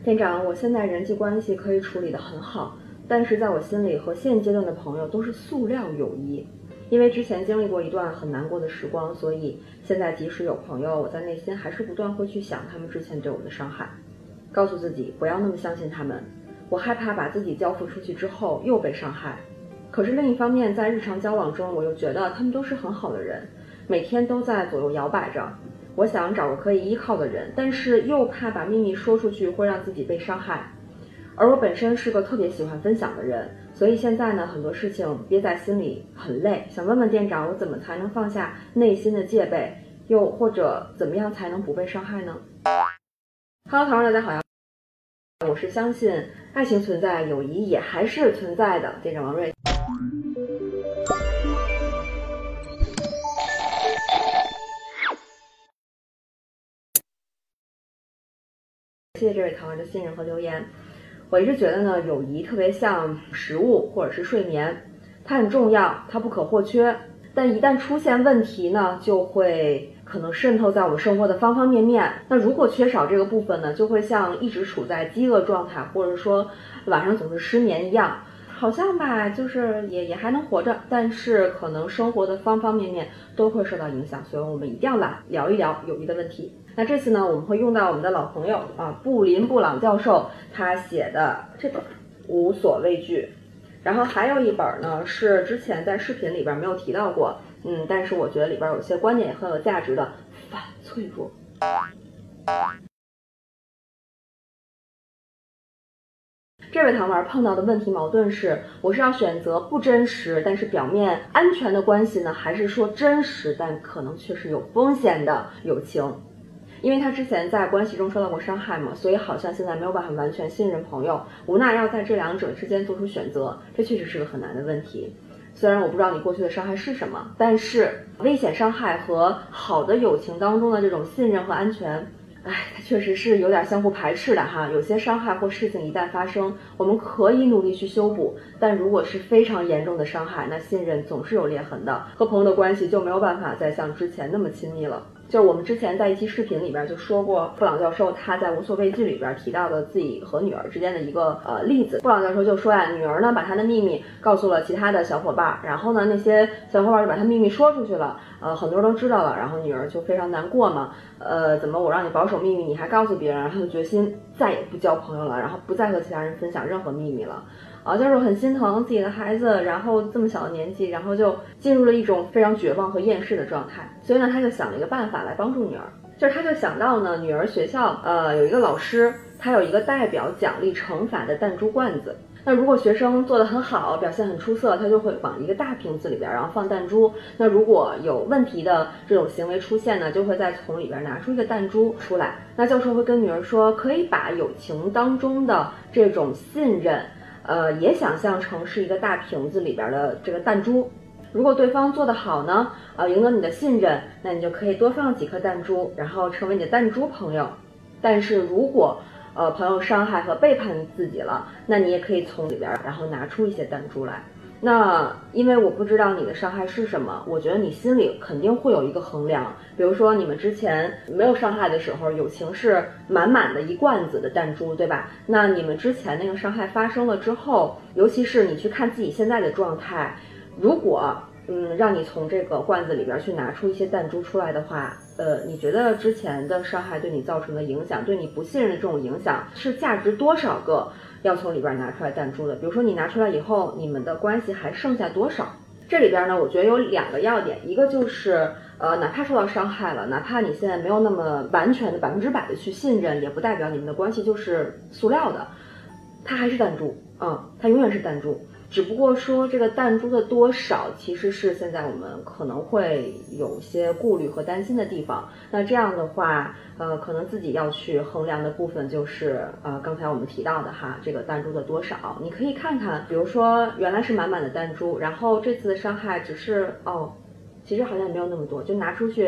店长，我现在人际关系可以处理得很好，但是在我心里和现阶段的朋友都是塑料友谊。因为之前经历过一段很难过的时光，所以现在即使有朋友，我在内心还是不断会去想他们之前对我的伤害，告诉自己不要那么相信他们。我害怕把自己交付出去之后又被伤害。可是另一方面，在日常交往中，我又觉得他们都是很好的人，每天都在左右摇摆着。我想找个可以依靠的人，但是又怕把秘密说出去会让自己被伤害。而我本身是个特别喜欢分享的人，所以现在呢，很多事情憋在心里很累。想问问店长，我怎么才能放下内心的戒备，又或者怎么样才能不被伤害呢？ Hello， 同学大家好呀，我是相信爱情存在，友谊也还是存在的店长王瑞。谢谢这位糖儿的信任和留言。我一直觉得呢，友谊特别像食物或者是睡眠，它很重要，它不可或缺。但一旦出现问题呢，就会可能渗透在我们生活的方方面面。那如果缺少这个部分呢，就会像一直处在饥饿状态，或者说晚上总是失眠一样。好像吧，就是也还能活着，但是可能生活的方方面面都会受到影响，所以我们一定要来聊一聊友谊的问题。那这次呢，我们会用到我们的老朋友布林布朗教授他写的这本《无所畏惧》，然后还有一本呢是之前在视频里边没有提到过，但是我觉得里边有些观点也很有价值的《反脆弱》。这位糖丸碰到的问题矛盾是，我是要选择不真实但是表面安全的关系呢，还是说真实但可能确实有风险的友情？因为他之前在关系中受到过伤害嘛，所以好像现在没有办法完全信任朋友，无奈要在这两者之间做出选择，这确实是个很难的问题。虽然我不知道你过去的伤害是什么，但是危险伤害和好的友情当中的这种信任和安全，它确实是有点相互排斥的哈。有些伤害或事情一旦发生，我们可以努力去修补，但如果是非常严重的伤害，那信任总是有裂痕的，和朋友的关系就没有办法再像之前那么亲密了。就是我们之前在一期视频里边就说过，布朗教授他在《无所畏惧》里边提到的自己和女儿之间的一个例子。布朗教授就说呀，女儿呢把她的秘密告诉了其他的小伙伴，然后呢那些小伙伴就把她秘密说出去了，很多人都知道了，然后女儿就非常难过嘛，怎么我让你保守秘密你还告诉别人，然后就决心再也不交朋友了，然后不再和其他人分享任何秘密了。教授很心疼自己的孩子，然后这么小的年纪，然后就进入了一种非常绝望和厌世的状态。所以呢，他就想了一个办法来帮助女儿，就是他就想到呢，女儿学校有一个老师，他有一个代表奖励惩罚的弹珠罐子。那如果学生做得很好，表现很出色，他就会往一个大瓶子里边，然后放弹珠。那如果有问题的这种行为出现呢，就会再从里边拿出一个弹珠出来。那教授会跟女儿说，可以把友情当中的这种信任也想象成是一个大瓶子里边的这个弹珠。如果对方做得好呢，赢得你的信任，那你就可以多放几颗弹珠，然后成为你的弹珠朋友。但是如果朋友伤害和背叛自己了，那你也可以从里边然后拿出一些弹珠来。那因为我不知道你的伤害是什么，我觉得你心里肯定会有一个衡量。比如说你们之前没有伤害的时候，友情是满满的一罐子的弹珠，对吧？那你们之前那个伤害发生了之后，尤其是你去看自己现在的状态，如果让你从这个罐子里边去拿出一些弹珠出来的话，你觉得之前的伤害对你造成的影响，对你不信任的这种影响是价值多少个要从里边拿出来弹珠的？比如说你拿出来以后，你们的关系还剩下多少？这里边呢，我觉得有两个要点，一个就是哪怕受到伤害了，哪怕你现在没有那么完全的100%的去信任，也不代表你们的关系就是塑料的，它还是弹珠它永远是弹珠。只不过说这个弹珠的多少其实是现在我们可能会有些顾虑和担心的地方。那这样的话可能自己要去衡量的部分就是刚才我们提到的哈，这个弹珠的多少。你可以看看，比如说原来是满满的弹珠，然后这次的伤害只是其实好像也没有那么多，就拿出去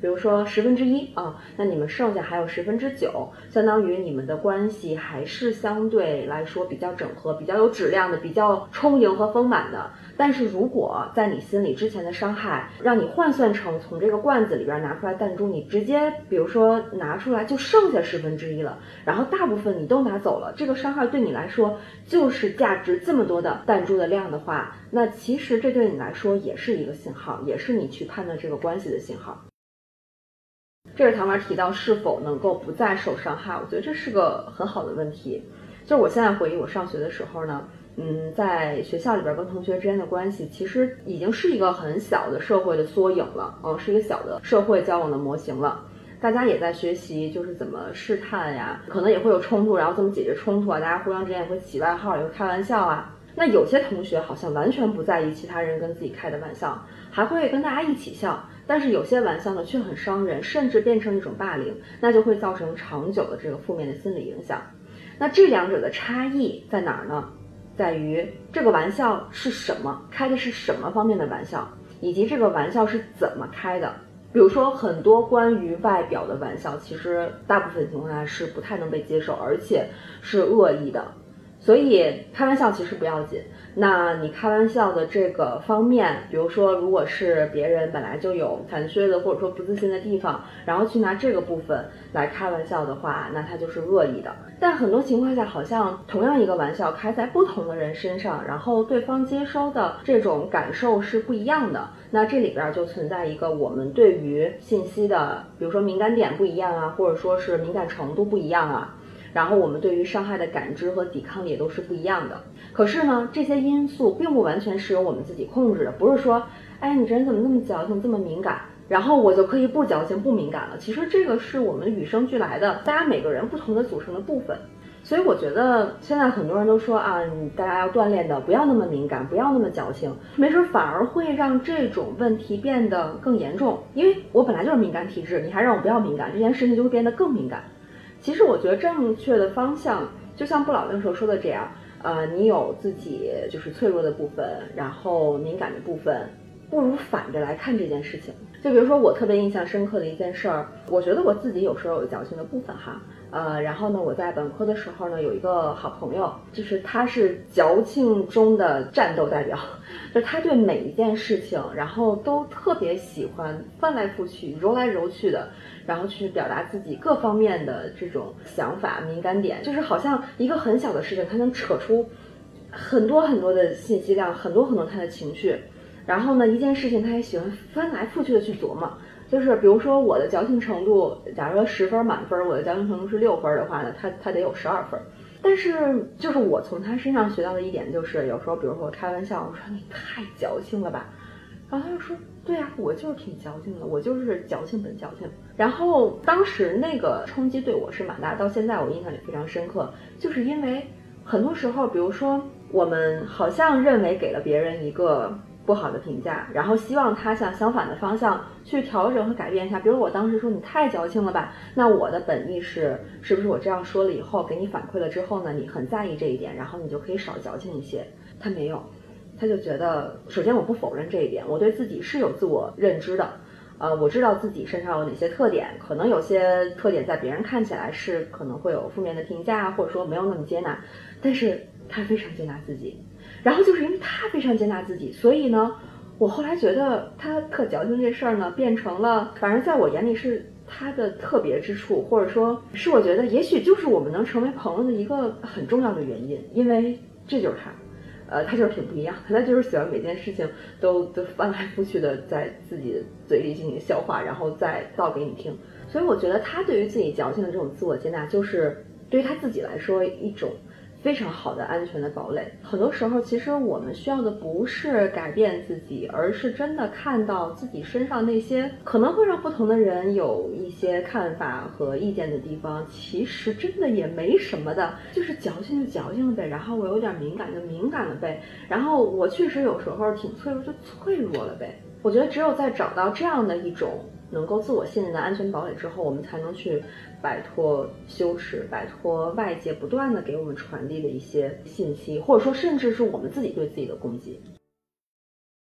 比如说1/10啊，那你们剩下还有9%，相当于你们的关系还是相对来说比较整合、比较有质量的、比较充盈和丰满的。但是如果在你心里之前的伤害，让你换算成从这个罐子里边拿出来弹珠，你直接比如说拿出来就剩下1/10了，然后大部分你都拿走了，这个伤害对你来说就是价值这么多的弹珠的量的话，那其实这对你来说也是一个信号，也是你去判断这个关系的信号。这是唐文提到是否能够不再受伤害，我觉得这是个很好的问题。就是我现在回忆我上学的时候呢，在学校里边跟同学之间的关系其实已经是一个很小的社会的缩影了，是一个小的社会交往的模型了。大家也在学习就是怎么试探呀，可能也会有冲突，然后怎么解决冲突啊，大家互相之间也会起外号，也会开玩笑啊。那有些同学好像完全不在意其他人跟自己开的玩笑，还会跟大家一起笑，但是有些玩笑呢却很伤人，甚至变成一种霸凌，那就会造成长久的这个负面的心理影响。那这两者的差异在哪儿呢？在于这个玩笑是什么，开的是什么方面的玩笑，以及这个玩笑是怎么开的。比如说很多关于外表的玩笑，其实大部分情况下是不太能被接受，而且是恶意的。所以开玩笑其实不要紧，那你开玩笑的这个方面，比如说如果是别人本来就有残缺的或者说不自信的地方，然后去拿这个部分来开玩笑的话，那它就是恶意的。但很多情况下好像同样一个玩笑开在不同的人身上，然后对方接收的这种感受是不一样的，那这里边就存在一个我们对于信息的比如说敏感点不一样啊，或者说是敏感程度不一样啊，然后我们对于伤害的感知和抵抗力也都是不一样的。可是呢，这些因素并不完全是由我们自己控制的，不是说你这人怎么那么矫情这么敏感，然后我就可以不矫情不敏感了。其实这个是我们与生俱来的，大家每个人不同的组成的部分。所以我觉得现在很多人都说大家要锻炼的不要那么敏感，不要那么矫情，没准反而会让这种问题变得更严重。因为我本来就是敏感体质，你还让我不要敏感，这件事情就会变得更敏感。其实我觉得正确的方向就像布老那时候说的这样，你有自己就是脆弱的部分，然后敏感的部分，不如反着来看这件事情。就比如说我特别印象深刻的一件事儿，我觉得我自己有时候有矫情的部分哈，然后呢我在本科的时候呢有一个好朋友，就是他是矫情中的战斗代表，就他对每一件事情然后都特别喜欢翻来覆去揉来揉去的，然后去表达自己各方面的这种想法敏感点，就是好像一个很小的事情他能扯出很多很多的信息量，很多很多他的情绪。然后呢一件事情他也喜欢翻来覆去的去琢磨，就是比如说我的矫情程度，假如说10分满分，我的矫情程度是6分的话呢，他得有12分。但是就是我从他身上学到的一点就是，有时候比如说我开玩笑，我说你太矫情了吧，然后他就说对啊，我就是挺矫情的，我就是矫情本矫情。然后当时那个冲击对我是蛮大，到现在我印象也非常深刻，就是因为很多时候比如说我们好像认为给了别人一个不好的评价，然后希望他向相反的方向去调整和改变一下。比如我当时说你太矫情了吧，那我的本意是不是我这样说了以后给你反馈了之后呢，你很在意这一点，然后你就可以少矫情一些。他没有，他就觉得首先我不否认这一点，我对自己是有自我认知的，我知道自己身上有哪些特点，可能有些特点在别人看起来是可能会有负面的评价，或者说没有那么接纳，但是他非常接纳自己。然后就是因为他非常接纳自己，所以呢我后来觉得他特矫情这事儿呢变成了反正在我眼里是他的特别之处，或者说是我觉得也许就是我们能成为朋友的一个很重要的原因，因为这就是他就是挺不一样的，他就是喜欢每件事情都翻来覆去的在自己的嘴里进行消化，然后再倒给你听。所以我觉得他对于自己矫情的这种自我接纳，就是对于他自己来说一种非常好的安全的堡垒。很多时候其实我们需要的不是改变自己，而是真的看到自己身上那些可能会让不同的人有一些看法和意见的地方，其实真的也没什么的，就是矫情就矫情了呗，然后我有点敏感就敏感了呗，然后我确实有时候挺脆弱就脆弱了呗。我觉得只有在找到这样的一种能够自我信任的安全堡垒之后，我们才能去摆脱羞耻，摆脱外界不断的给我们传递的一些信息，或者说甚至是我们自己对自己的攻击。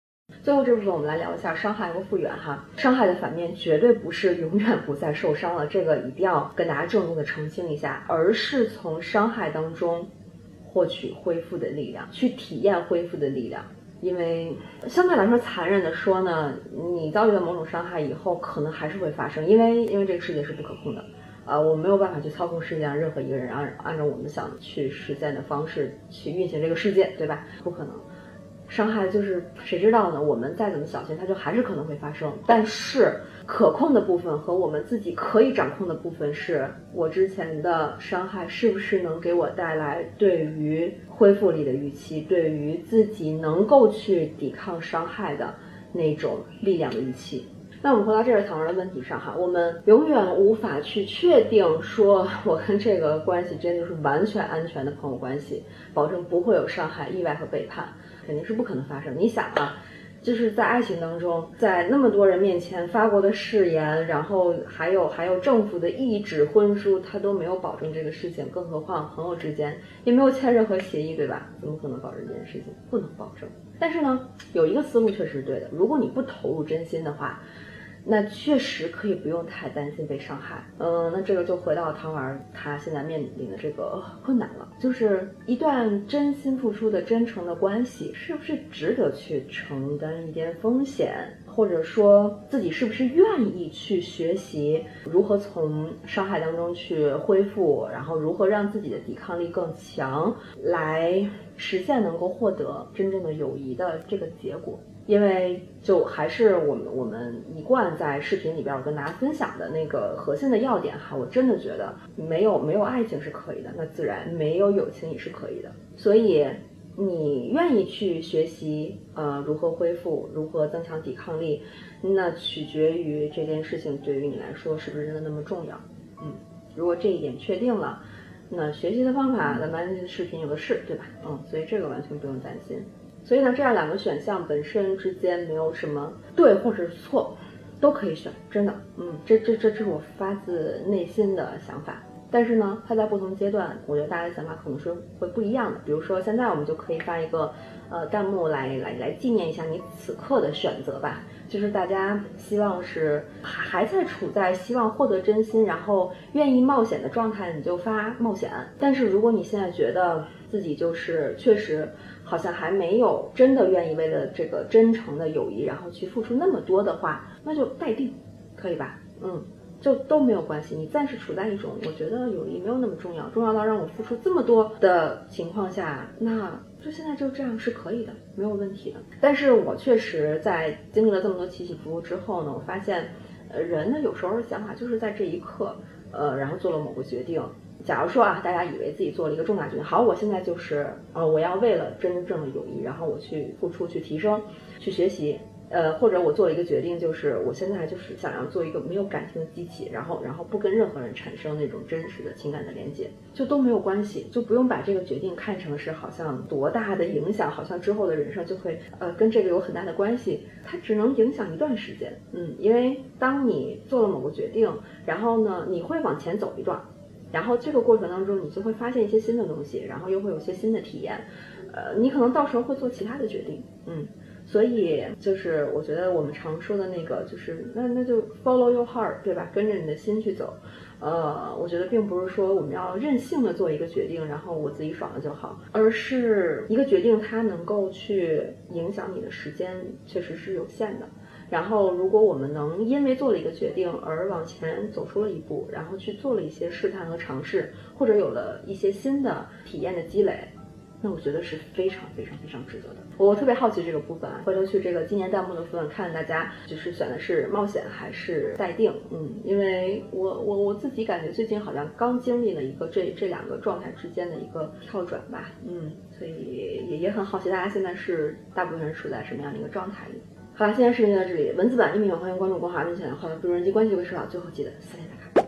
最后这部分我们来聊一下伤害和复原哈。伤害的反面绝对不是永远不再受伤了，这个一定要跟大家郑重的澄清一下，而是从伤害当中获取恢复的力量，去体验恢复的力量。因为相对来说残忍的说呢，你遭遇了某种伤害以后可能还是会发生，因为这个世界是不可控的，我们没有办法去操控世界上任何一个人按照我们想去实现的方式去运行这个世界，对吧？不可能。伤害就是谁知道呢？我们再怎么小心，它就还是可能会发生。但是可控的部分和我们自己可以掌控的部分是，我之前的伤害是不是能给我带来对于恢复力的预期，对于自己能够去抵抗伤害的那种力量的预期。那我们回到这个讨论的问题上哈，我们永远无法去确定说我跟这个关系真的就是完全安全的朋友关系，保证不会有伤害、意外和背叛，肯定是不可能发生。你想啊，就是在爱情当中，在那么多人面前发过的誓言，然后还有政府的一纸婚书，他都没有保证这个事情，更何况朋友之间也没有签任何协议，对吧？怎么可能保证这件事情？不能保证。但是呢，有一个思路确实是对的，如果你不投入真心的话，那确实可以不用太担心被伤害。那这个就回到汤丸他现在面临的这个困难了，就是一段真心付出的真诚的关系，是不是值得去承担一点风险，或者说自己是不是愿意去学习如何从伤害当中去恢复，然后如何让自己的抵抗力更强，来实现能够获得真正的友谊的这个结果。因为就还是我们一贯在视频里边我跟大家分享的那个核心的要点哈，我真的觉得没有爱情是可以的，那自然没有友情也是可以的。所以你愿意去学习如何恢复，如何增强抵抗力，那取决于这件事情对于你来说是不是真的那么重要。如果这一点确定了，那学习的方法咱们视频有的是，对吧？所以这个完全不用担心。所以呢，这样两个选项本身之间没有什么对或者是错，都可以选，真的。这是我发自内心的想法。但是呢，它在不同阶段，我觉得大家的想法可能是会不一样的。比如说现在我们就可以发一个弹幕来纪念一下你此刻的选择吧。就是大家希望是还在处在希望获得真心，然后愿意冒险的状态，你就发冒险。但是如果你现在觉得自己就是确实好像还没有真的愿意为了这个真诚的友谊然后去付出那么多的话，那就待定，可以吧？就都没有关系。你暂时处在一种我觉得友谊没有那么重要，重要到让我付出这么多的情况下，那就现在就这样是可以的，没有问题的。但是我确实在经历了这么多起起伏伏之后呢，我发现人呢有时候的想法就是在这一刻然后做了某个决定。假如说大家以为自己做了一个重大决定，好，我现在就是我要为了真正的友谊，然后我去付出，去提升，去学习。或者我做了一个决定，就是我现在就是想要做一个没有感情的机器，然后不跟任何人产生那种真实的情感的连接，就都没有关系，就不用把这个决定看成是好像多大的影响，好像之后的人生就会跟这个有很大的关系，它只能影响一段时间。因为当你做了某个决定，然后呢你会往前走一段，然后这个过程当中你就会发现一些新的东西，然后又会有些新的体验，你可能到时候会做其他的决定。所以就是我觉得我们常说的那个就是那就 follow your heart， 对吧？跟着你的心去走。我觉得并不是说我们要任性的做一个决定，然后我自己爽了就好，而是一个决定它能够去影响你的时间确实是有限的。然后如果我们能因为做了一个决定而往前走出了一步，然后去做了一些试探和尝试，或者有了一些新的体验的积累，那我觉得是非常非常非常值得的。我特别好奇这个部分回头去这个今年弹幕的部分看大家就是选的是冒险还是待定。因为我自己感觉最近好像刚经历了一个这两个状态之间的一个跳转吧。所以也很好奇大家现在是大部分人处在什么样的一个状态里。好了，现在视频就到这里，文字版音频版欢迎关注公号微信，后来不如人际关系为指导，最后记得3连打卡。